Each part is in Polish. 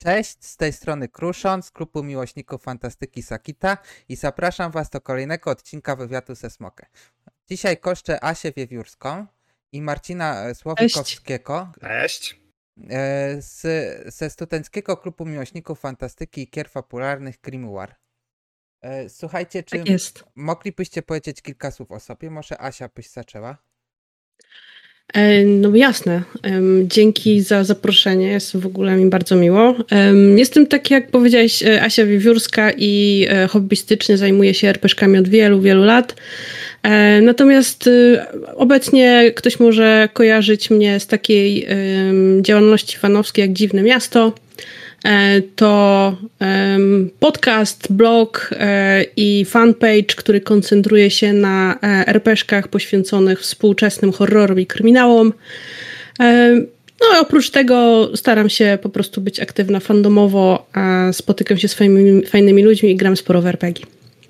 Cześć, z tej strony Kruszon z klubu miłośników fantastyki Sakita i zapraszam Was do kolejnego odcinka wywiadu ze Smokę. Dzisiaj goszczę Asię Wiewiórską i Marcina Słowikowskiego Cześć. Ze studenckiego klubu miłośników fantastyki i gier fabularnych Grimoire. Słuchajcie, czy moglibyście powiedzieć kilka słów o sobie? Może Asia byś zaczęła? No jasne. Dzięki za zaproszenie. Jest w ogóle mi bardzo miło. Jestem, tak jak powiedziałeś, Asia Wiewiórska i hobbystycznie zajmuję się RPG-ami od wielu, wielu lat. Natomiast obecnie ktoś może kojarzyć mnie z takiej działalności fanowskiej jak Dziwne Miasto. To podcast, blog i fanpage, który koncentruje się na RPG-kach poświęconych współczesnym horrorom i kryminałom. No i oprócz tego staram się po prostu być aktywna fandomowo, spotykam się z fajnymi ludźmi i gram sporo w RPG.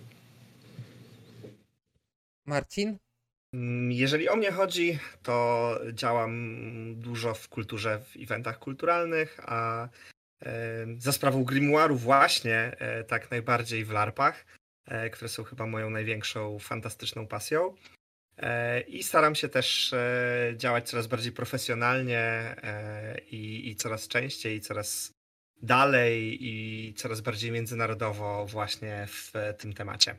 Marcin? Jeżeli o mnie chodzi, to działam dużo w kulturze, w eventach kulturalnych, a za sprawą Grimoire'u właśnie tak najbardziej w LARPach, które są chyba moją największą fantastyczną pasją. I staram się też działać coraz bardziej profesjonalnie i coraz częściej, i coraz dalej i coraz bardziej międzynarodowo właśnie w tym temacie.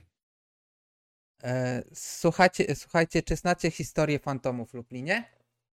Słuchajcie, czy znacie historię fantomów w Lublinie?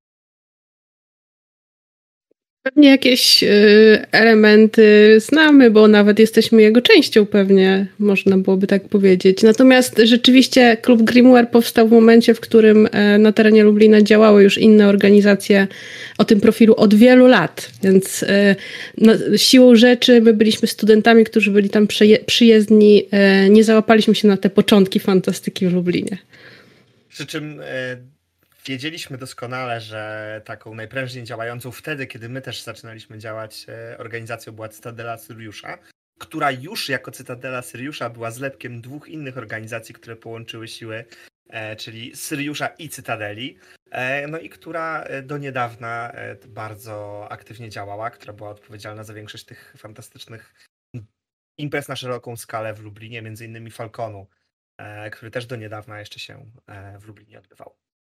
Pewnie jakieś elementy znamy, bo nawet jesteśmy jego częścią, pewnie można byłoby tak powiedzieć. Natomiast rzeczywiście klub Grimoire powstał w momencie, w którym na terenie Lublina działały już inne organizacje o tym profilu od wielu lat. Więc siłą rzeczy my byliśmy studentami, którzy byli tam przyjezdni. Nie załapaliśmy się na te początki fantastyki w Lublinie. Przy czym wiedzieliśmy doskonale, że taką najprężniej działającą wtedy, kiedy my też zaczynaliśmy działać, organizacją była Cytadela Syriusza, która już jako Cytadela Syriusza była zlepkiem dwóch innych organizacji, które połączyły siły, czyli Syriusza i Cytadeli, no i która do niedawna bardzo aktywnie działała, która była odpowiedzialna za większość tych fantastycznych imprez na szeroką skalę w Lublinie, między innymi Falconu, który też do niedawna jeszcze się w Lublinie odbywał.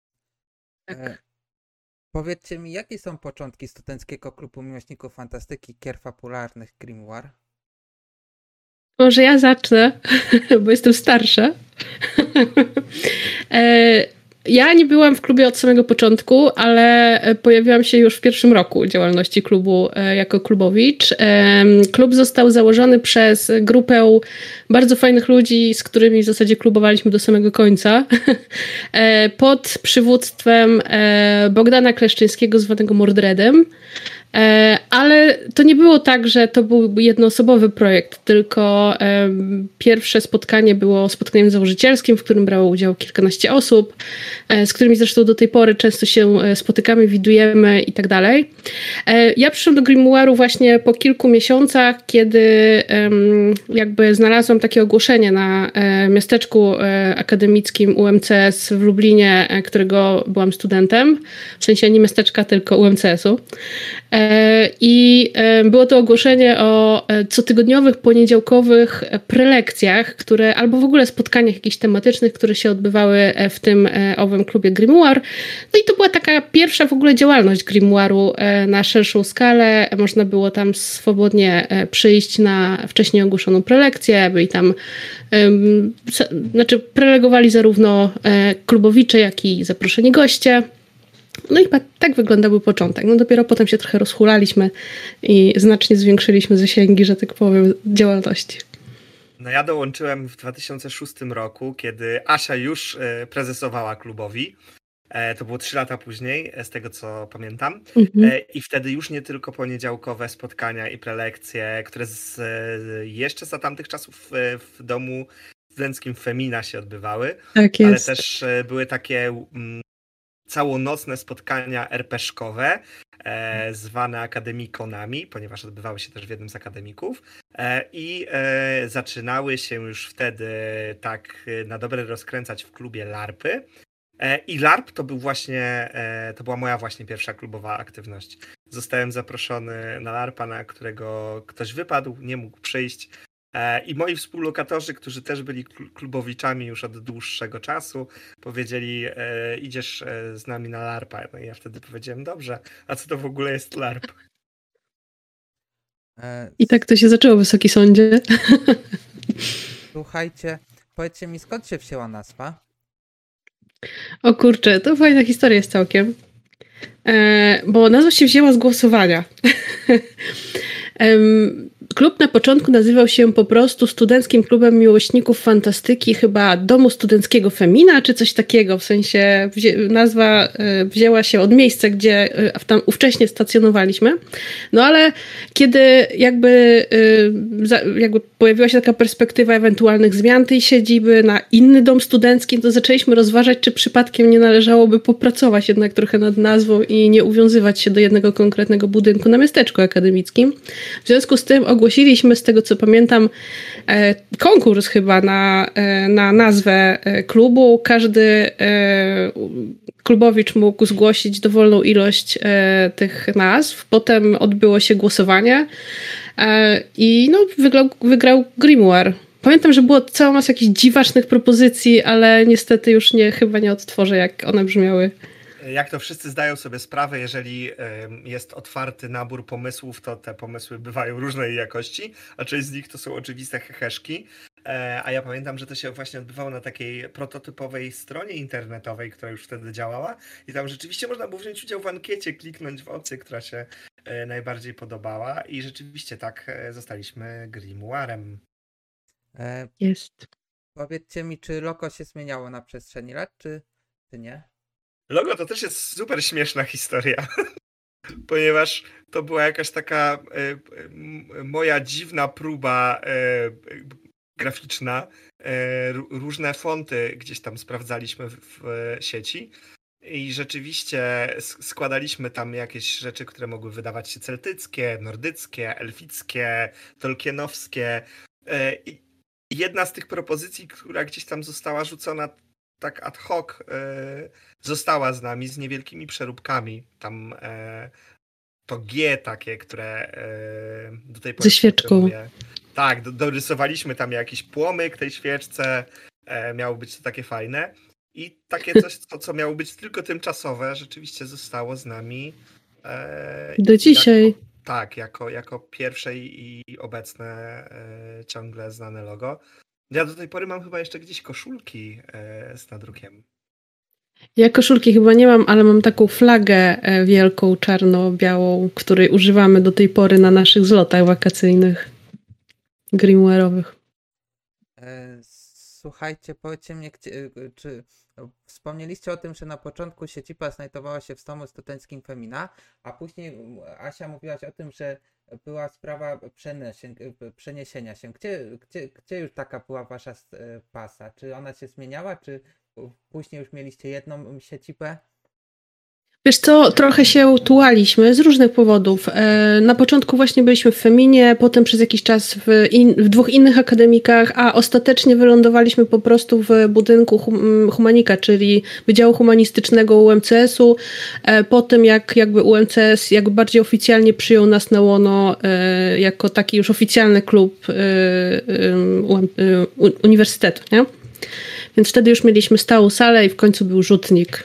Powiedzcie mi, jakie są początki studenckiego klubu miłośników fantastyki gier fabularnych Grimoire? Może ja zacznę, bo jestem starsza. Ja nie byłam w klubie od samego początku, ale pojawiłam się już w pierwszym roku działalności klubu jako klubowicz. Klub został założony przez grupę bardzo fajnych ludzi, z którymi w zasadzie klubowaliśmy do samego końca. Pod przywództwem Bogdana Kleszczyńskiego, zwanego Mordredem. Ale to nie było tak, że to był jednoosobowy projekt, tylko pierwsze spotkanie było spotkaniem założycielskim, w którym brało udział kilkanaście osób, z którymi zresztą do tej pory często się spotykamy, widujemy i tak dalej. Ja przyszłam do Grimoire'u właśnie po kilku miesiącach, kiedy jakby znalazłam takie ogłoszenie na miasteczku akademickim UMCS w Lublinie, którego byłam studentem, w sensie nie miasteczka, tylko UMCS-u. I było to ogłoszenie o cotygodniowych, poniedziałkowych prelekcjach, które albo w ogóle spotkaniach jakichś tematycznych, które się odbywały w tym owym klubie Grimoire. No i to była taka pierwsza w ogóle działalność Grimoire'u na szerszą skalę. Można było tam swobodnie przyjść na wcześniej ogłoszoną prelekcję. Byli tam, prelegowali zarówno klubowicze, jak i zaproszeni goście. No i tak wyglądał początek. No dopiero potem się trochę rozhulaliśmy i znacznie zwiększyliśmy zasięgi, że tak powiem, działalności. No ja dołączyłem w 2006 roku, kiedy Asia już prezesowała klubowi. To było 3 lata później, z tego co pamiętam. I wtedy już nie tylko poniedziałkowe spotkania i prelekcje, które jeszcze za tamtych czasów w domu studenckim Femina się odbywały. Tak jest. Ale też były takie całonocne spotkania RPG-kowe, zwane akademikonami, ponieważ odbywały się też w jednym z akademików i zaczynały się już wtedy tak na dobre rozkręcać w klubie LARPy. I LARP to była moja właśnie pierwsza klubowa aktywność. zostałem zaproszony na LARPa, na którego ktoś wypadł, nie mógł przyjść. I moi współlokatorzy, którzy też byli klubowiczami już od dłuższego czasu, powiedzieli, idziesz z nami na LARPa. No i ja wtedy powiedziałem, dobrze, a co to w ogóle jest LARP? I tak to się zaczęło, Wysoki Sądzie. Słuchajcie, powiedzcie mi, skąd się wzięła nazwa? O kurczę, to fajna historia jest całkiem. Bo nazwa się wzięła z głosowania. Klub na początku nazywał się po prostu Studenckim Klubem Miłośników Fantastyki, chyba Domu Studenckiego Femina, czy coś takiego. W sensie nazwa wzięła się od miejsca, gdzie tam ówcześnie stacjonowaliśmy. No ale kiedy jakby pojawiła się taka perspektywa ewentualnych zmian tej siedziby na inny dom studencki, to zaczęliśmy rozważać, czy przypadkiem nie należałoby popracować jednak trochę nad nazwą i nie uwiązywać się do jednego konkretnego budynku na miasteczku akademickim. W związku z tym ogłosiliśmy, z tego co pamiętam, konkurs chyba na nazwę klubu. Każdy klubowicz mógł zgłosić dowolną ilość tych nazw. Potem odbyło się głosowanie i wygrał Grimoire. Pamiętam, że było cała masa jakichś dziwacznych propozycji, ale niestety już chyba nie odtworzę, jak one brzmiały. Jak to wszyscy zdają sobie sprawę, jeżeli jest otwarty nabór pomysłów, to te pomysły bywają różnej jakości, a część z nich to są oczywiste heheszki. A ja pamiętam, że to się właśnie odbywało na takiej prototypowej stronie internetowej, która już wtedy działała i tam rzeczywiście można było wziąć udział w ankiecie, kliknąć w opcję, która się najbardziej podobała i rzeczywiście tak zostaliśmy Grimoirem. Jest. Powiedzcie mi, czy logo się zmieniało na przestrzeni lat, czy nie? Logo to też jest super śmieszna historia, ponieważ to była jakaś taka moja dziwna próba graficzna. Różne fonty gdzieś tam sprawdzaliśmy w sieci i rzeczywiście składaliśmy tam jakieś rzeczy, które mogły wydawać się celtyckie, nordyckie, elfickie, tolkienowskie. I jedna z tych propozycji, która gdzieś tam została rzucona tak ad hoc, została z nami z niewielkimi przeróbkami. Tam to G takie, które do tej pory ze świeczką. Tak, dorysowaliśmy tam jakiś płomyk tej świeczce. Miało być to takie fajne. I takie coś, co miało być tylko tymczasowe, rzeczywiście zostało z nami do dzisiaj. Jako pierwsze i obecne ciągle znane logo. Ja do tej pory mam chyba jeszcze gdzieś koszulki z nadrukiem. Ja koszulki chyba nie mam, ale mam taką flagę wielką, czarno-białą, której używamy do tej pory na naszych zlotach wakacyjnych, grimoire'owych. Słuchajcie, powiedzcie mnie, czy wspomnieliście o tym, że na początku siedziba znajdowała się w Domu Studenckim Femina, a później Asia mówiłaś o tym, że była sprawa przeniesienia się. Gdzie już taka była wasza pasa? Czy ona się zmieniała, czy później już mieliście jedną siedzibę? Wiesz co, trochę się tułaliśmy z różnych powodów. Na początku właśnie byliśmy w Feminie, potem przez jakiś czas w dwóch innych akademikach, a ostatecznie wylądowaliśmy po prostu w budynku Humanika, czyli Wydziału Humanistycznego UMCS-u. Po tym jak jakby UMCS jakby bardziej oficjalnie przyjął nas na łono jako taki już oficjalny klub uniwersytetu, nie? Więc wtedy już mieliśmy stałą salę i w końcu był rzutnik.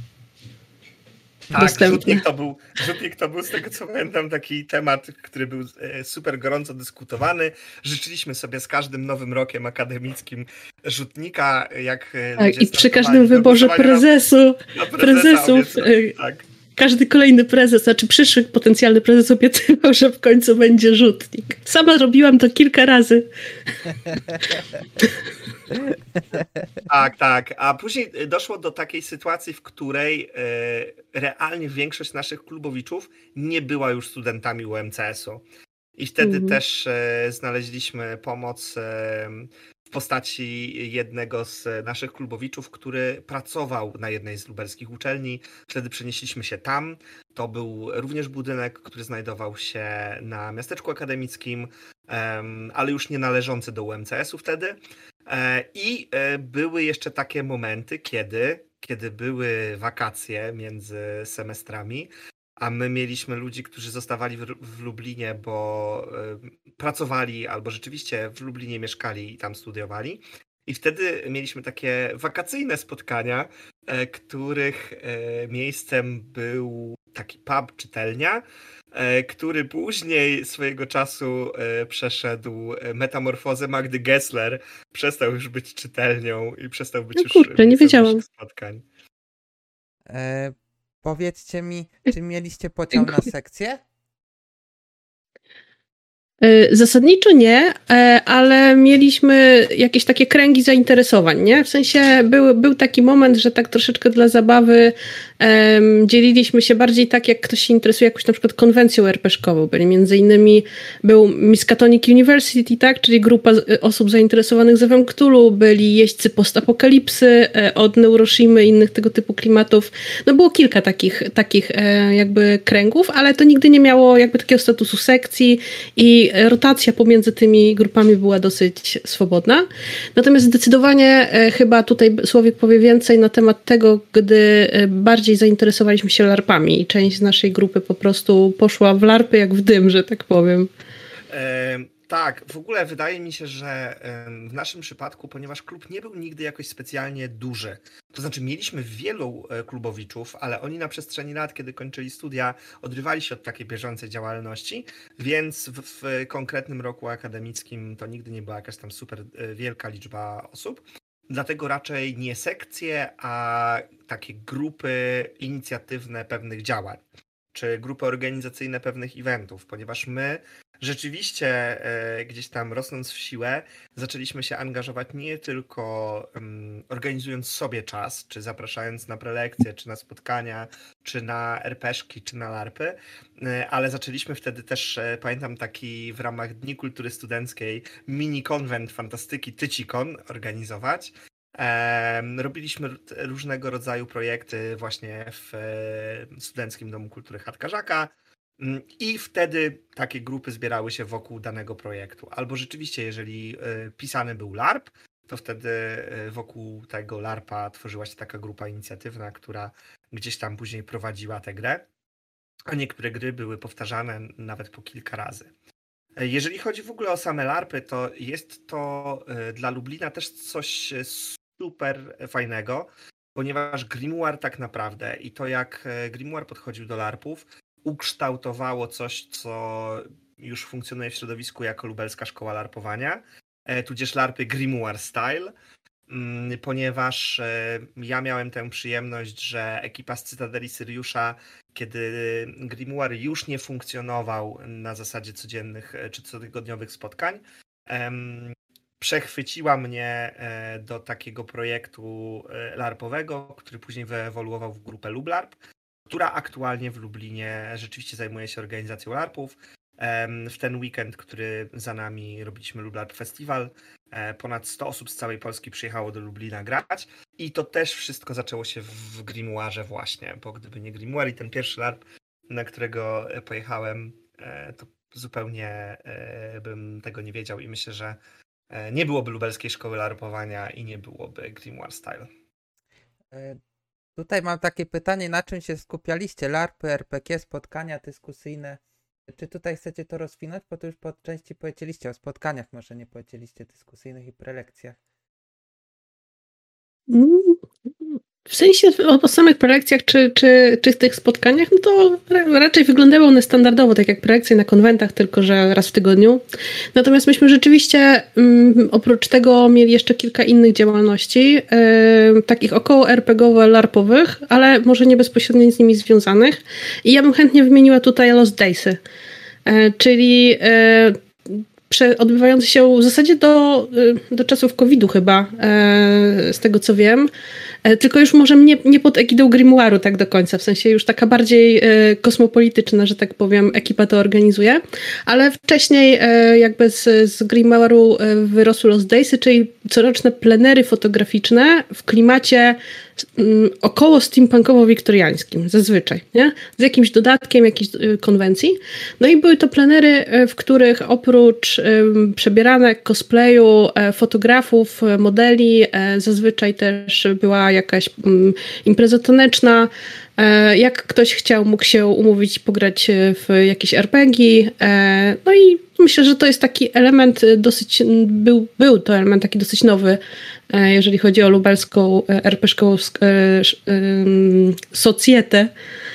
Tak, rzutnik to był, z tego co pamiętam, taki temat, który był super gorąco dyskutowany. Życzyliśmy sobie z każdym nowym rokiem akademickim rzutnika, jak tak, i przy każdym wyborze prezesów, tak. Każdy kolejny prezes, znaczy przyszły potencjalny prezes obiecywał, że w końcu będzie rzutnik. Sama robiłam to kilka razy. Tak. A później doszło do takiej sytuacji, w której realnie większość naszych klubowiczów nie była już studentami UMCS-u. I wtedy też znaleźliśmy pomoc w postaci jednego z naszych klubowiczów, który pracował na jednej z lubelskich uczelni. Wtedy przenieśliśmy się tam. To był również budynek, który znajdował się na miasteczku akademickim, ale już nie należący do UMCS-u wtedy. I były jeszcze takie momenty, kiedy były wakacje między semestrami, a my mieliśmy ludzi, którzy zostawali w Lublinie, bo pracowali albo rzeczywiście w Lublinie mieszkali i tam studiowali. I wtedy mieliśmy takie wakacyjne spotkania, których miejscem był taki pub, czytelnia, który później swojego czasu przeszedł metamorfozę Magdy Gessler, przestał już być czytelnią i przestał być nie wiedziałam. Spotkań. Powiedzcie mi, czy mieliście podział na sekcje? Zasadniczo nie, ale mieliśmy jakieś takie kręgi zainteresowań, nie? W sensie był taki moment, że tak troszeczkę dla zabawy dzieliliśmy się bardziej tak, jak ktoś się interesuje jakąś na przykład konwencją RPG-ową. Byli między innymi, był Miskatonic University, tak? Czyli grupa osób zainteresowanych Zewem Cthulhu, byli jeźdźcy postapokalipsy od Neuroshimy i innych tego typu klimatów. No było kilka takich jakby kręgów, ale to nigdy nie miało jakby takiego statusu sekcji i rotacja pomiędzy tymi grupami była dosyć swobodna. Natomiast zdecydowanie chyba tutaj Słowik powie więcej na temat tego, gdy bardziej zainteresowaliśmy się larpami i część z naszej grupy po prostu poszła w larpy jak w dym, że tak powiem. Tak, w ogóle wydaje mi się, że w naszym przypadku, ponieważ klub nie był nigdy jakoś specjalnie duży, to znaczy mieliśmy wielu klubowiczów, ale oni na przestrzeni lat, kiedy kończyli studia, odrywali się od takiej bieżącej działalności, więc w konkretnym roku akademickim to nigdy nie była jakaś tam super wielka liczba osób. Dlatego raczej nie sekcje, a takie grupy inicjatywne pewnych działań, czy grupy organizacyjne pewnych eventów, ponieważ my rzeczywiście gdzieś tam rosnąc w siłę zaczęliśmy się angażować nie tylko organizując sobie czas, czy zapraszając na prelekcje, czy na spotkania, czy na RPG-szki, czy na larpy, ale zaczęliśmy wtedy też, pamiętam taki w ramach Dni Kultury Studenckiej mini konwent fantastyki Tycikon organizować. Robiliśmy różnego rodzaju projekty właśnie w Studenckim Domu Kultury Chatkarzaka i wtedy takie grupy zbierały się wokół danego projektu. Albo rzeczywiście, jeżeli pisany był LARP, to wtedy wokół tego LARPa tworzyła się taka grupa inicjatywna, która gdzieś tam później prowadziła tę grę, a niektóre gry były powtarzane nawet po kilka razy. Jeżeli chodzi w ogóle o same LARPy, to jest to dla Lublina też coś super fajnego, ponieważ Grimoire tak naprawdę i to jak Grimoire podchodził do LARPów ukształtowało coś, co już funkcjonuje w środowisku jako lubelska szkoła larpowania, tudzież LARPy Grimoire Style, ponieważ ja miałem tę przyjemność, że ekipa z Cytadeli Syriusza, kiedy Grimoire już nie funkcjonował na zasadzie codziennych czy cotygodniowych spotkań, przechwyciła mnie do takiego projektu larpowego, który później wyewoluował w grupę LubLarp, która aktualnie w Lublinie rzeczywiście zajmuje się organizacją larpów. W ten weekend, który za nami robiliśmy LubLarp Festival, ponad 100 osób z całej Polski przyjechało do Lublina grać i to też wszystko zaczęło się w Grimoirze właśnie, bo gdyby nie Grimoire i ten pierwszy LARP, na którego pojechałem, to zupełnie bym tego nie wiedział i myślę, że nie byłoby lubelskiej szkoły larpowania i nie byłoby Grimoire Style. Tutaj mam takie pytanie, na czym się skupialiście? LARPy, RPG, spotkania dyskusyjne. Czy tutaj chcecie to rozwinąć? Bo to już po części powiedzieliście o spotkaniach, może nie powiedzieliście dyskusyjnych i prelekcjach. W sensie o samych prelekcjach czy tych spotkaniach, no to raczej wyglądały one standardowo, tak jak prelekcje na konwentach, tylko że raz w tygodniu. Natomiast myśmy rzeczywiście oprócz tego mieli jeszcze kilka innych działalności, takich około RPGowo-larpowych, ale może nie bezpośrednio z nimi związanych. I ja bym chętnie wymieniła tutaj Lost Daysy, czyli odbywające się w zasadzie do czasów COVID-u chyba, z tego co wiem. Tylko już może nie pod egidą Grimoire'u tak do końca, w sensie już taka bardziej kosmopolityczna, że tak powiem, ekipa to organizuje, ale wcześniej jakby z Grimoire'u wyrosły Lost Daysy, czyli coroczne plenery fotograficzne w klimacie około steampunkowo-wiktoriańskim zazwyczaj, nie? Z jakimś dodatkiem jakiejś konwencji. No i były to plenery, w których oprócz przebieranek, cosplayu, fotografów, modeli, zazwyczaj też była jakaś impreza taneczna, Jak ktoś chciał, mógł się umówić, pograć w jakieś RPG. No i myślę, że to jest taki element był to element taki dosyć nowy, jeżeli chodzi o lubelską RPG-szką socjetę.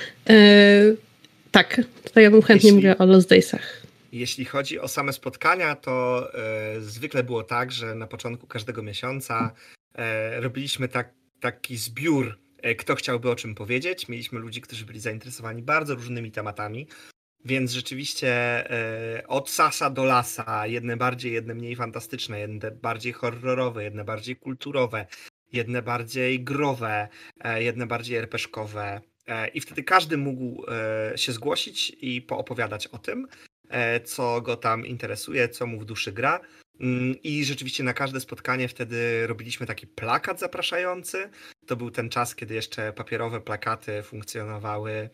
Tak, to ja bym chętnie mówiła o Lost Daysach. Jeśli chodzi o same spotkania, to zwykle było tak, że na początku każdego miesiąca robiliśmy taki zbiór, kto chciałby o czym powiedzieć. Mieliśmy ludzi, którzy byli zainteresowani bardzo różnymi tematami, więc rzeczywiście od sasa do lasa, jedne bardziej, jedne mniej fantastyczne, jedne bardziej horrorowe, jedne bardziej kulturowe, jedne bardziej growe, jedne bardziej RPG-szkowe. I wtedy każdy mógł się zgłosić i poopowiadać o tym, co go tam interesuje, co mu w duszy gra. I rzeczywiście na każde spotkanie wtedy robiliśmy taki plakat zapraszający. To był ten czas, kiedy jeszcze papierowe plakaty funkcjonowały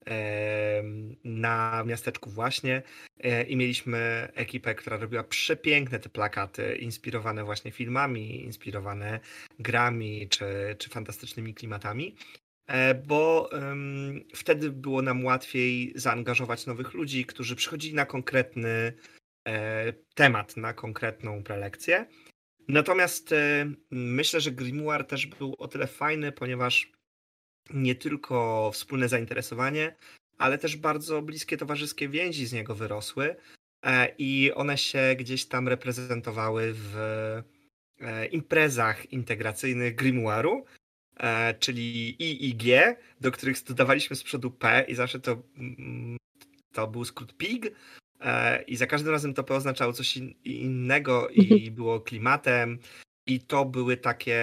na miasteczku właśnie i mieliśmy ekipę, która robiła przepiękne te plakaty, inspirowane właśnie filmami, inspirowane grami czy fantastycznymi klimatami. Bo wtedy było nam łatwiej zaangażować nowych ludzi, którzy przychodzili na konkretny temat, na konkretną prelekcję. Natomiast myślę, że Grimoire też był o tyle fajny, ponieważ nie tylko wspólne zainteresowanie, ale też bardzo bliskie towarzyskie więzi z niego wyrosły i one się gdzieś tam reprezentowały w imprezach integracyjnych Grimoire'u, czyli I i G, do których dodawaliśmy z przodu P i zawsze to był skrót PIG i za każdym razem to P oznaczało coś innego i było klimatem i to były takie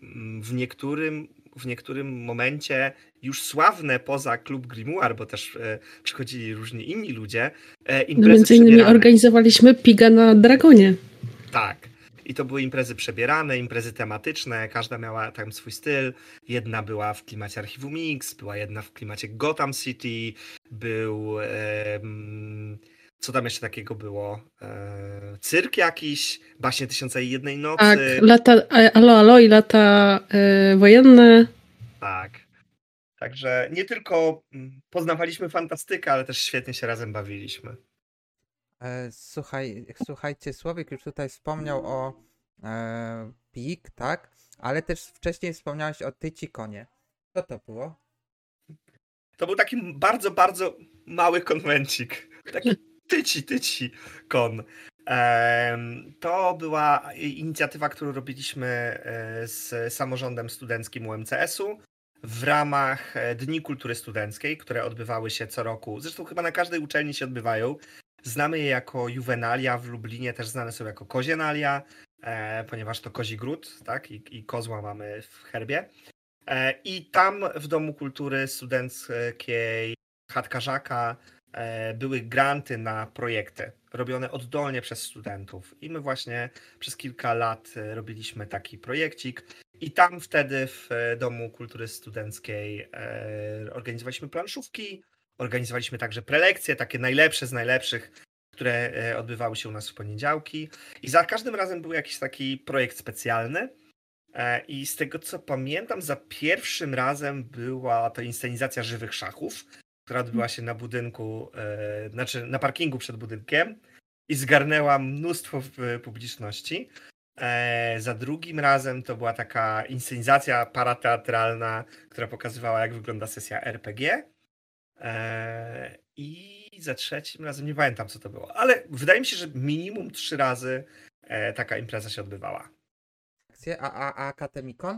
w niektórym momencie już sławne poza klub Grimoire, bo też przychodzili różni inni ludzie, imprezy między innymi przebierane. Organizowaliśmy Piga na Dragonie. Tak. I to były imprezy przebierane, imprezy tematyczne, każda miała tam swój styl. Jedna była w klimacie Archiwum Mix, była jedna w klimacie Gotham City, był... co tam jeszcze takiego było? Cyrk jakiś, Baśnie Tysiąca i Jednej Nocy. Tak, lata alo i lata wojenne. Tak. Także nie tylko poznawaliśmy fantastykę, ale też świetnie się razem bawiliśmy. Słuchajcie, Słowik już tutaj wspomniał o PIK, tak? Ale też wcześniej wspomniałeś o Tycikonie. Co to było? To był taki bardzo, bardzo mały konwencik. Taki tyci kon. To była inicjatywa, którą robiliśmy z samorządem studenckim UMCS-u w ramach Dni Kultury Studenckiej, które odbywały się co roku. Zresztą chyba na każdej uczelni się odbywają. Znamy je jako Juvenalia, w Lublinie też znane są jako Kozienalia, ponieważ to kozi gród, tak? I kozła mamy w herbie. I tam w Domu Kultury Studenckiej Chatkarzaka były granty na projekty robione oddolnie przez studentów. I my właśnie przez kilka lat robiliśmy taki projekcik. I tam wtedy w Domu Kultury Studenckiej organizowaliśmy planszówki, organizowaliśmy także prelekcje, takie najlepsze z najlepszych, które odbywały się u nas w poniedziałki. I za każdym razem był jakiś taki projekt specjalny. I z tego co pamiętam, za pierwszym razem była to inscenizacja żywych szachów, która odbyła się na budynku, znaczy na parkingu przed budynkiem i zgarnęła mnóstwo publiczności. Za drugim razem to była taka inscenizacja parateatralna, która pokazywała, jak wygląda sesja RPG. I za trzecim razem nie pamiętam, co to było, ale wydaje mi się, że minimum 3 razy taka impreza się odbywała. A Akademikon?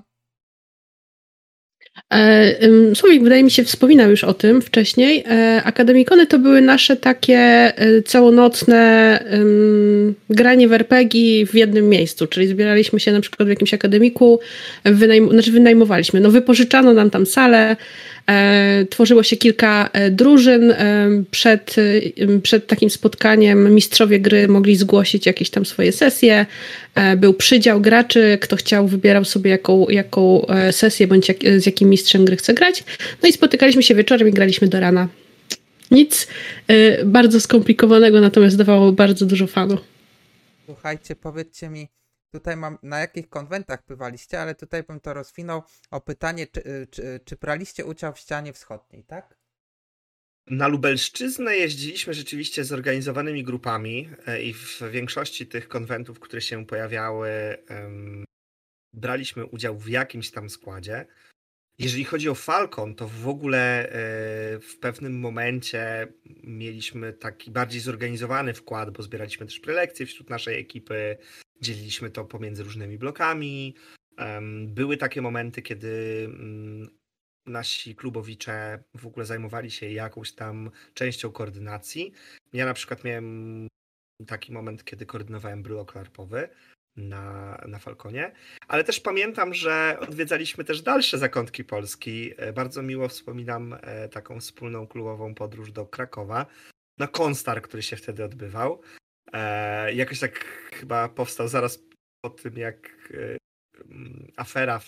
Słowik, wydaje mi się, wspominał już o tym wcześniej. Akademikony to były nasze takie całonocne granie w RPG w jednym miejscu, czyli zbieraliśmy się na przykład w jakimś akademiku, wynajmowaliśmy. No, wypożyczano nam tam salę, tworzyło się kilka drużyn. Przed takim spotkaniem mistrzowie gry mogli zgłosić jakieś tam swoje sesje. Był przydział graczy, kto chciał, wybierał sobie jaką sesję bądź z jakim mistrzem gry chce grać. No i spotykaliśmy się wieczorem i graliśmy do rana. Nic bardzo skomplikowanego, natomiast dawało bardzo dużo fanu. Słuchajcie, powiedzcie mi, tutaj mam, na jakich konwentach pływaliście, ale tutaj bym to rozwinął o pytanie, czy braliście udział w ścianie wschodniej, tak? Na Lubelszczyznę jeździliśmy rzeczywiście zorganizowanymi grupami i w większości tych konwentów, które się pojawiały, braliśmy udział w jakimś tam składzie. Jeżeli chodzi o Falcon, to w ogóle w pewnym momencie mieliśmy taki bardziej zorganizowany wkład, bo zbieraliśmy też prelekcje wśród naszej ekipy, dzieliliśmy to pomiędzy różnymi blokami. Były takie momenty, kiedy nasi klubowicze w ogóle zajmowali się jakąś tam częścią koordynacji. Ja na przykład miałem taki moment, kiedy koordynowałem blok larpowy na Falconie, ale też pamiętam, że odwiedzaliśmy też dalsze zakątki Polski. Bardzo miło wspominam taką wspólną klubową podróż do Krakowa na Konstar, który się wtedy odbywał. Jakoś tak chyba powstał zaraz po tym, jak afera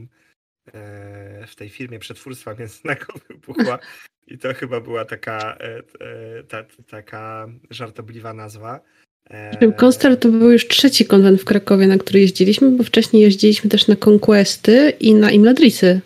w tej firmie przetwórstwa mięsnego wybuchła i to chyba była taka żartobliwa nazwa. Konstar to był już 3. konwent w Krakowie, na który jeździliśmy, bo wcześniej jeździliśmy też na Conquesty i na Imladrisy.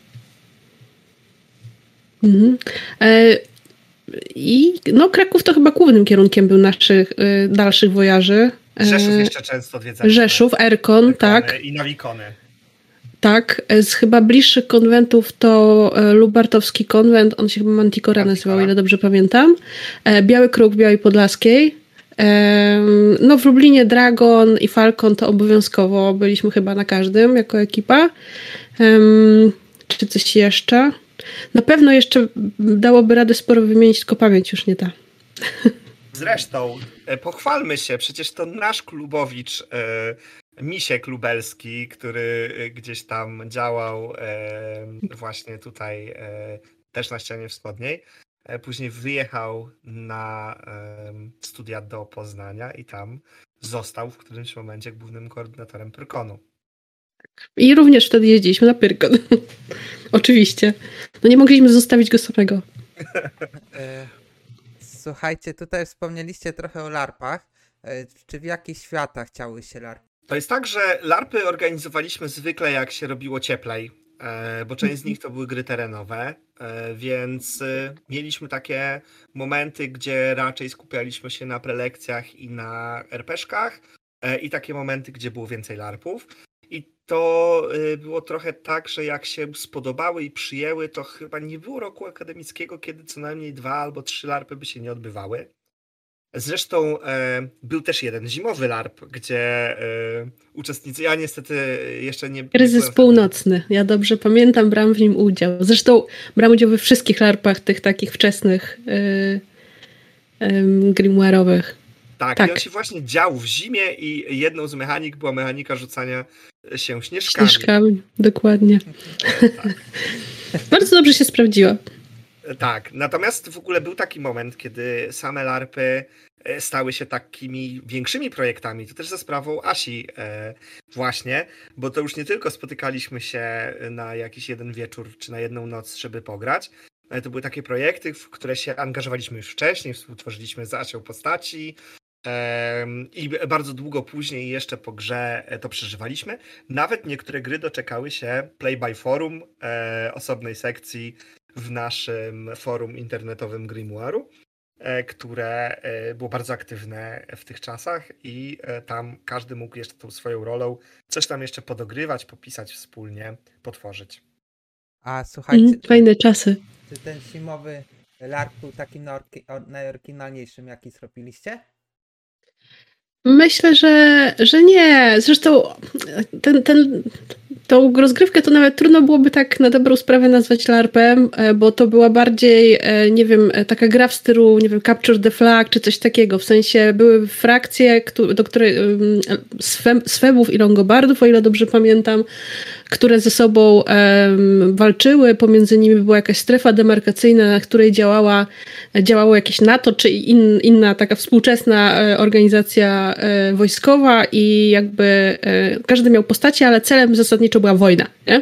I no Kraków to chyba głównym kierunkiem był naszych dalszych wojaży. Rzeszów jeszcze często odwiedzaliśmy. Rzeszów, Erkon, tak. I Nawikony. Tak, z chyba bliższych konwentów to Lubartowski konwent, on się chyba Manticora nazywał, ile dobrze pamiętam. Biały Kruk w Białej Podlaskiej. No w Lublinie Dragon i Falcon to obowiązkowo byliśmy chyba na każdym jako ekipa. Czy coś jeszcze? Na pewno jeszcze dałoby radę sporo wymienić, tylko pamięć już nie ta. Zresztą pochwalmy się, przecież to nasz klubowicz Misiek Lubelski, który gdzieś tam działał właśnie tutaj też na ścianie wschodniej. Później wyjechał na studia do Poznania i tam został w którymś momencie głównym koordynatorem Pyrkonu. I również wtedy jeździliśmy na Pyrkon. Oczywiście. No nie mogliśmy zostawić go samego. Słuchajcie, tutaj wspomnieliście trochę o larpach. Czy w jakich światach chciały się larpy? To jest tak, że larpy organizowaliśmy zwykle jak się robiło cieplej, bo część z nich to były gry terenowe, więc mieliśmy takie momenty, gdzie raczej skupialiśmy się na prelekcjach i na RPG-szkach i takie momenty, gdzie było więcej larpów. I to było trochę tak, że jak się spodobały i przyjęły, to chyba nie było roku akademickiego, kiedy co najmniej 2 albo 3 larpy by się nie odbywały. Zresztą był też jeden zimowy larp, gdzie uczestnicy, ja niestety jeszcze nie... Kryzys Północny, ja dobrze pamiętam, brałam w nim udział. Zresztą brałam udział we wszystkich larpach, tych takich wczesnych grimoire'owych. Tak, i on się właśnie dział w zimie i jedną z mechanik była mechanika rzucania się śnieżkami. Śnieżkami, dokładnie. Tak. Bardzo dobrze się sprawdziła. Tak, natomiast w ogóle był taki moment, kiedy same larpy stały się takimi większymi projektami, to też za sprawą Asi właśnie, bo to już nie tylko spotykaliśmy się na jakiś jeden wieczór czy na jedną noc, żeby pograć, ale to były takie projekty, w które się angażowaliśmy już wcześniej, współtworzyliśmy z Asią postaci i bardzo długo później jeszcze po grze to przeżywaliśmy. Nawet niektóre gry doczekały się Play by Forum, osobnej sekcji w naszym forum internetowym Grimoire'u, które było bardzo aktywne w tych czasach i tam każdy mógł jeszcze tą swoją rolą coś tam jeszcze podogrywać, popisać wspólnie, potworzyć. A słuchajcie, fajne czasy. Czy ten zimowy larp był takim najoryginalniejszym, jaki zrobiliście? Myślę, że nie. Zresztą tą rozgrywkę to nawet trudno byłoby tak na dobrą sprawę nazwać larpem, bo to była bardziej, nie wiem, taka gra w stylu, nie wiem, Capture the Flag czy coś takiego. W sensie były frakcje, do której Swebów i Longobardów, o ile dobrze pamiętam, które ze sobą walczyły. Pomiędzy nimi była jakaś strefa demarkacyjna, na której działało jakieś NATO, czy inna taka współczesna organizacja wojskowa i jakby każdy miał postacie, ale celem zasadniczo była wojna. Nie?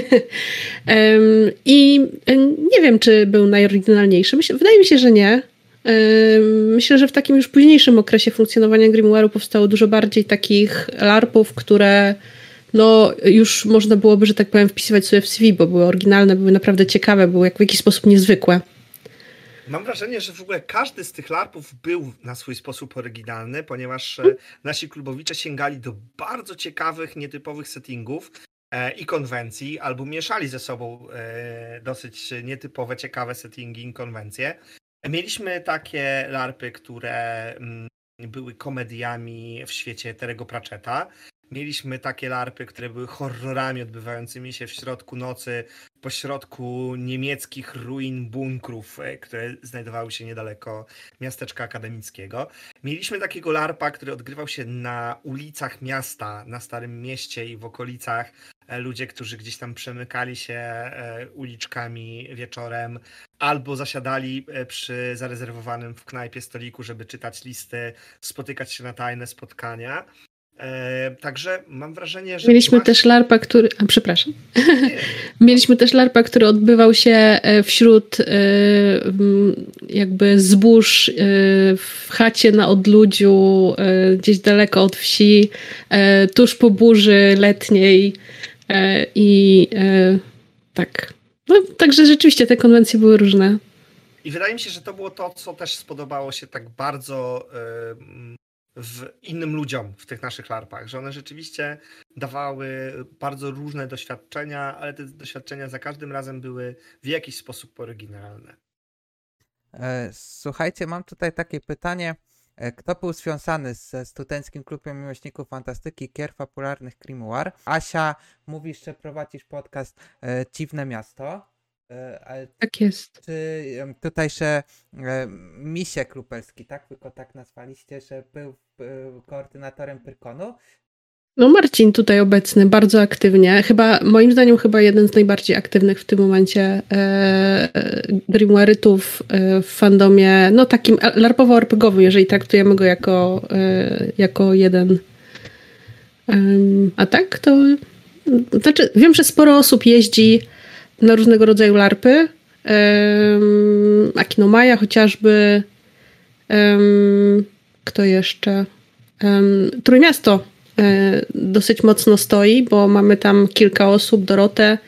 I nie wiem, czy był najoryginalniejszy. Wydaje mi się, że nie. Myślę, że w takim już późniejszym okresie funkcjonowania Grimoire'u powstało dużo bardziej takich larpów, które no już można byłoby, że tak powiem, wpisywać sobie w CV, bo były oryginalne, były naprawdę ciekawe, były w jakiś sposób niezwykłe. Mam wrażenie, że w ogóle każdy z tych larpów był na swój sposób oryginalny, ponieważ nasi klubowicze sięgali do bardzo ciekawych, nietypowych settingów i konwencji, albo mieszali ze sobą dosyć nietypowe, ciekawe settingi i konwencje. Mieliśmy takie larpy, które były komediami w świecie Terry'ego Pratchetta. Mieliśmy takie larpy, które były horrorami odbywającymi się w środku nocy, pośrodku niemieckich ruin bunkrów, które znajdowały się niedaleko miasteczka akademickiego. Mieliśmy takiego larpa, który odgrywał się na ulicach miasta, na Starym Mieście i w okolicach. Ludzie, którzy gdzieś tam przemykali się uliczkami wieczorem, albo zasiadali przy zarezerwowanym w knajpie stoliku, żeby czytać listy, spotykać się na tajne spotkania. Także mam wrażenie, że... Mieliśmy też larpa, który... przepraszam. Mieliśmy też larpa, który odbywał się wśród jakby zbóż w chacie na odludziu, gdzieś daleko od wsi, tuż po burzy letniej i tak. No, także rzeczywiście te konwencje były różne. I wydaje mi się, że to było to, co też spodobało się tak bardzo innym ludziom w tych naszych larpach, że one rzeczywiście dawały bardzo różne doświadczenia, ale te doświadczenia za każdym razem były w jakiś sposób oryginalne. Słuchajcie, mam tutaj takie pytanie. Kto był związany ze Studenckim Klubem Miłośników Fantastyki Gier Fabularnych Grimoire? Asia, mówisz, że prowadzisz podcast Dziwne Miasto. Tak jest. Czy tutejsze Misiek Lubelski, tak? Wy go tak nazwaliście, że był koordynatorem Pyrkonu? No Marcin tutaj obecny, bardzo aktywnie. Moim zdaniem jeden z najbardziej aktywnych w tym momencie grimoire'ytów w fandomie, no takim larpowo-RPGowym, jeżeli traktujemy go jako jeden. A tak to... Znaczy, wiem, że sporo osób jeździ na różnego rodzaju larpy. Akinomaja chociażby. Kto jeszcze? Trójmiasto dosyć mocno stoi, bo mamy tam kilka osób, Dorotę,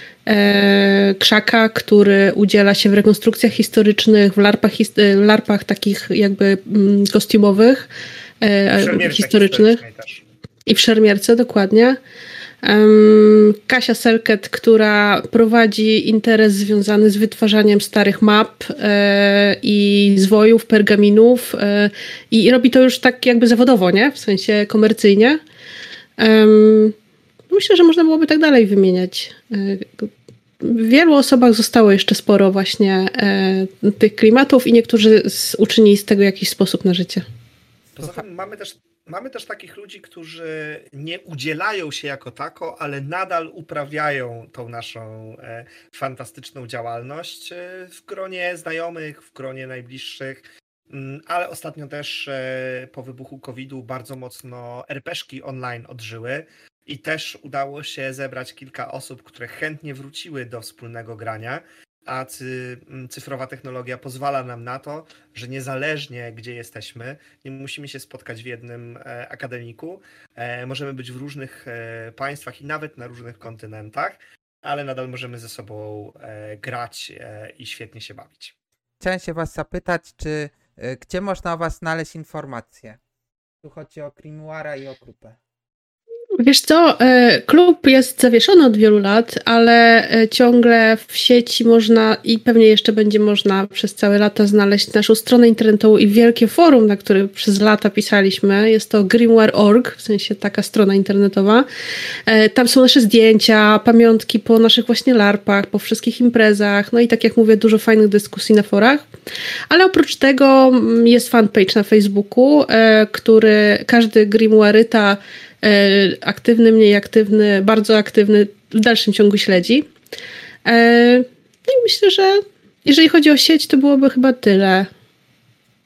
Krzaka, który udziela się w rekonstrukcjach historycznych, w larpach takich jakby kostiumowych, historycznych. I w szermierce, dokładnie. Kasia Selket, która prowadzi interes związany z wytwarzaniem starych map i zwojów, pergaminów i robi to już tak jakby zawodowo, nie? W sensie komercyjnie. Myślę, że można byłoby tak dalej wymieniać. W wielu osobach zostało jeszcze sporo właśnie tych klimatów i niektórzy uczynili z tego jakiś sposób na życie. Poza tym mamy też takich ludzi, którzy nie udzielają się jako tako, ale nadal uprawiają tą naszą fantastyczną działalność w gronie znajomych, w gronie najbliższych, ale ostatnio też po wybuchu COVID-u bardzo mocno RPG-szki online odżyły i też udało się zebrać kilka osób, które chętnie wróciły do wspólnego grania. A cyfrowa technologia pozwala nam na to, że niezależnie gdzie jesteśmy, nie musimy się spotkać w jednym akademiku, możemy być w różnych państwach i nawet na różnych kontynentach, ale nadal możemy ze sobą grać i świetnie się bawić. Chciałem się was zapytać, gdzie można o was znaleźć informacje? Tu chodzi o Grimoire'a i o grupę. Wiesz co, klub jest zawieszony od wielu lat, ale ciągle w sieci można i pewnie jeszcze będzie można przez całe lata znaleźć naszą stronę internetową i wielkie forum, na którym przez lata pisaliśmy. Jest to grimoire.org, w sensie taka strona internetowa. Tam są nasze zdjęcia, pamiątki po naszych właśnie larpach, po wszystkich imprezach, no i tak jak mówię, dużo fajnych dyskusji na forach. Ale oprócz tego jest fanpage na Facebooku, który każdy grimoire'yta aktywny, mniej aktywny, bardzo aktywny w dalszym ciągu śledzi. No i myślę, że jeżeli chodzi o sieć, to byłoby chyba tyle.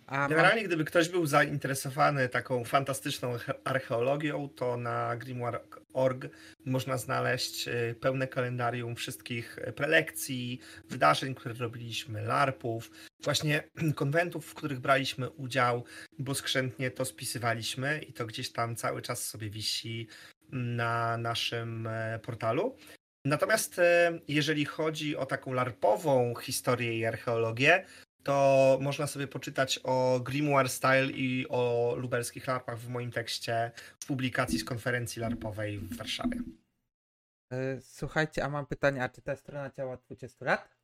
Generalnie, gdyby ktoś był zainteresowany taką fantastyczną archeologią, to na grimoire.org można znaleźć pełne kalendarium wszystkich prelekcji, wydarzeń, które robiliśmy, larpów, właśnie konwentów, w których braliśmy udział, bo skrzętnie to spisywaliśmy i to gdzieś tam cały czas sobie wisi na naszym portalu. Natomiast jeżeli chodzi o taką larpową historię i archeologię, to można sobie poczytać o Grimoire Style i o lubelskich larpach w moim tekście w publikacji z konferencji larpowej w Warszawie. Słuchajcie, a mam pytanie, a czy ta strona działa od 20 lat?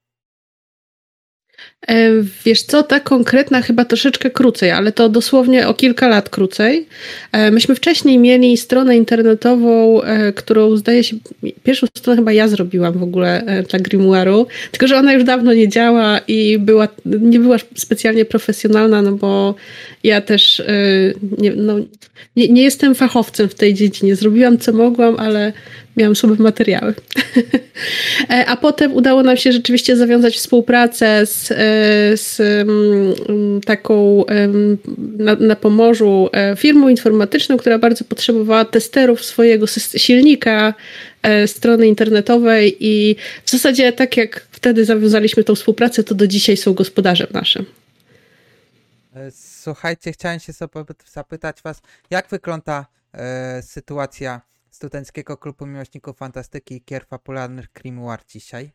Wiesz co, ta konkretna chyba troszeczkę krócej, ale to dosłownie o kilka lat krócej. Myśmy wcześniej mieli stronę internetową, którą zdaje się, pierwszą stronę chyba ja zrobiłam w ogóle dla Grimoire'u, tylko że ona już dawno nie działa i nie była specjalnie profesjonalna, no bo ja też nie jestem fachowcem w tej dziedzinie. Zrobiłam co mogłam, ale miałam słabe materiały. A potem udało nam się rzeczywiście zawiązać współpracę z taką na Pomorzu firmą informatyczną, która bardzo potrzebowała testerów swojego silnika strony internetowej i w zasadzie tak jak wtedy zawiązaliśmy tą współpracę, to do dzisiaj są gospodarzem naszym. Słuchajcie, chciałem się zapytać was, jak wygląda sytuacja Studenckiego Klubu Miłośników Fantastyki i Gier Fabularnych Grimoire dzisiaj?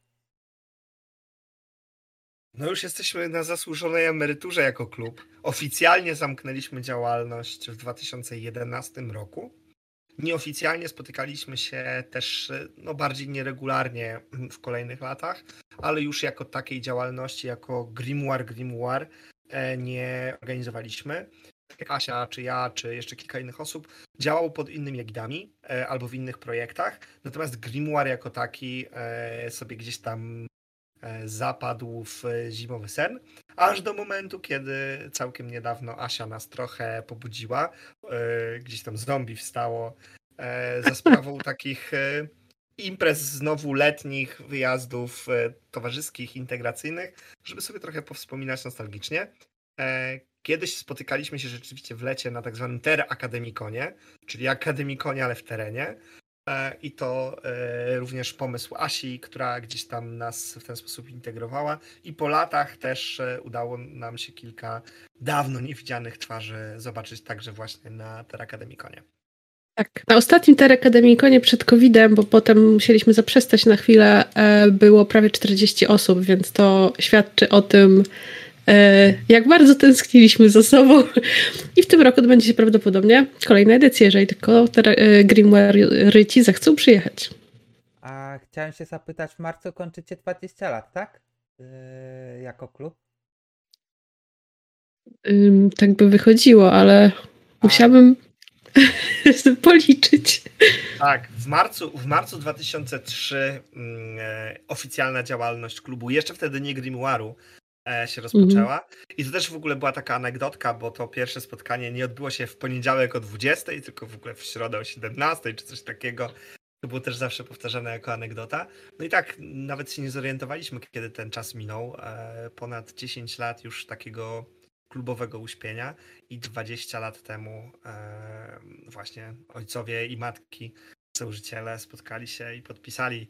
No już jesteśmy na zasłużonej emeryturze jako klub. Oficjalnie zamknęliśmy działalność w 2011 roku. Nieoficjalnie spotykaliśmy się też bardziej nieregularnie w kolejnych latach, ale już jako takiej działalności, jako Grimoire nie organizowaliśmy. Kasia, czy ja, czy jeszcze kilka innych osób działało pod innymi egidami albo w innych projektach, natomiast Grimoire jako taki sobie gdzieś tam zapadł w zimowy sen, aż do momentu, kiedy całkiem niedawno Asia nas trochę pobudziła, gdzieś tam zombie wstało za sprawą takich imprez znowu letnich, wyjazdów towarzyskich, integracyjnych, żeby sobie trochę powspominać nostalgicznie. Kiedyś spotykaliśmy się rzeczywiście w lecie na tak zwanym Terra Academiconie, czyli Akademikonie, ale w terenie. I to również pomysł Asi, która gdzieś tam nas w ten sposób integrowała. I po latach też udało nam się kilka dawno niewidzianych twarzy zobaczyć także właśnie na Terra Academiconie. Tak, na ostatnim Terra Academiconie przed COVID-em, bo potem musieliśmy zaprzestać na chwilę, było prawie 40 osób, więc to świadczy o tym, jak bardzo tęskniliśmy za sobą. I w tym roku odbędzie się prawdopodobnie kolejna edycja, jeżeli tylko Grimoire-ryci zechcą przyjechać. A chciałem się zapytać, w marcu kończycie 20 lat, tak? Jako klub? Tak by wychodziło, ale musiałabym policzyć. Tak, w marcu 2003 oficjalna działalność klubu, jeszcze wtedy nie Grimoire'u, się rozpoczęła. I to też w ogóle była taka anegdotka, bo to pierwsze spotkanie nie odbyło się w poniedziałek o 20, tylko w ogóle w środę o 17 czy coś takiego. To było też zawsze powtarzane jako anegdota. No i tak, nawet się nie zorientowaliśmy, kiedy ten czas minął. Ponad 10 lat już takiego klubowego uśpienia i 20 lat temu właśnie ojcowie i matki, założyciele spotkali się i podpisali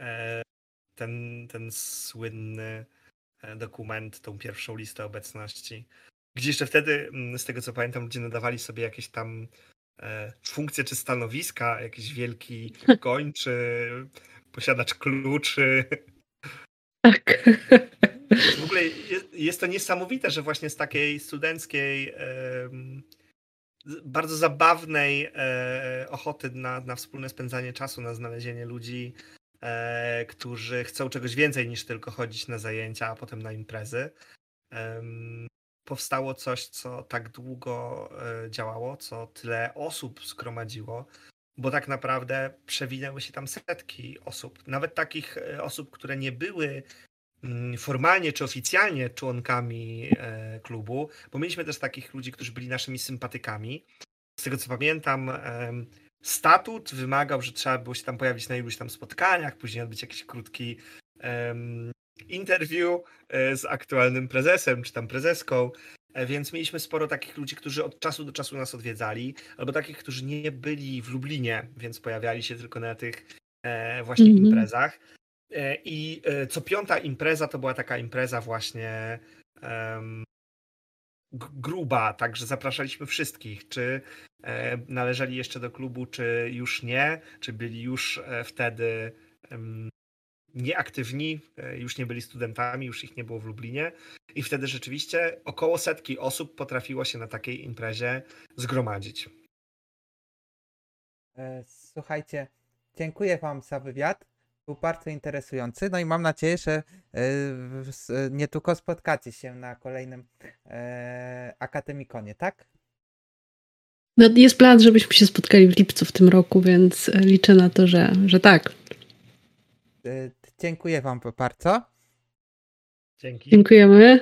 ten słynny dokument, tą pierwszą listę obecności, gdzie jeszcze wtedy, z tego co pamiętam, ludzie nadawali sobie jakieś tam funkcje czy stanowiska, jakiś wielki gończy, posiadacz kluczy. Tak. W ogóle jest to niesamowite, że właśnie z takiej studenckiej, bardzo zabawnej ochoty na wspólne spędzanie czasu, na znalezienie ludzi, którzy chcą czegoś więcej niż tylko chodzić na zajęcia, a potem na imprezy. Powstało coś, co tak długo działało, co tyle osób zgromadziło, bo tak naprawdę przewinęły się tam setki osób. Nawet takich osób, które nie były formalnie czy oficjalnie członkami klubu, bo mieliśmy też takich ludzi, którzy byli naszymi sympatykami. Z tego co pamiętam, statut wymagał, że trzeba było się tam pojawić na iluś tam spotkaniach, później odbyć jakiś krótki interview z aktualnym prezesem czy tam prezeską Więc mieliśmy sporo takich ludzi, którzy od czasu do czasu nas odwiedzali, albo takich, którzy nie byli w Lublinie, więc pojawiali się tylko na tych właśnie imprezach. I co piąta impreza to była taka impreza właśnie gruba, także zapraszaliśmy wszystkich, czy należeli jeszcze do klubu, czy już nie, czy byli już wtedy nieaktywni, już nie byli studentami, już ich nie było w Lublinie i wtedy rzeczywiście około 100 osób potrafiło się na takiej imprezie zgromadzić. Słuchajcie, dziękuję wam za wywiad. Był bardzo interesujący. No i mam nadzieję, że niedługo spotkacie się na kolejnym Akademikonie, tak? No, jest plan, żebyśmy się spotkali w lipcu w tym roku, więc liczę na to, że tak. Dziękuję wam bardzo. Dzięki. Dziękujemy.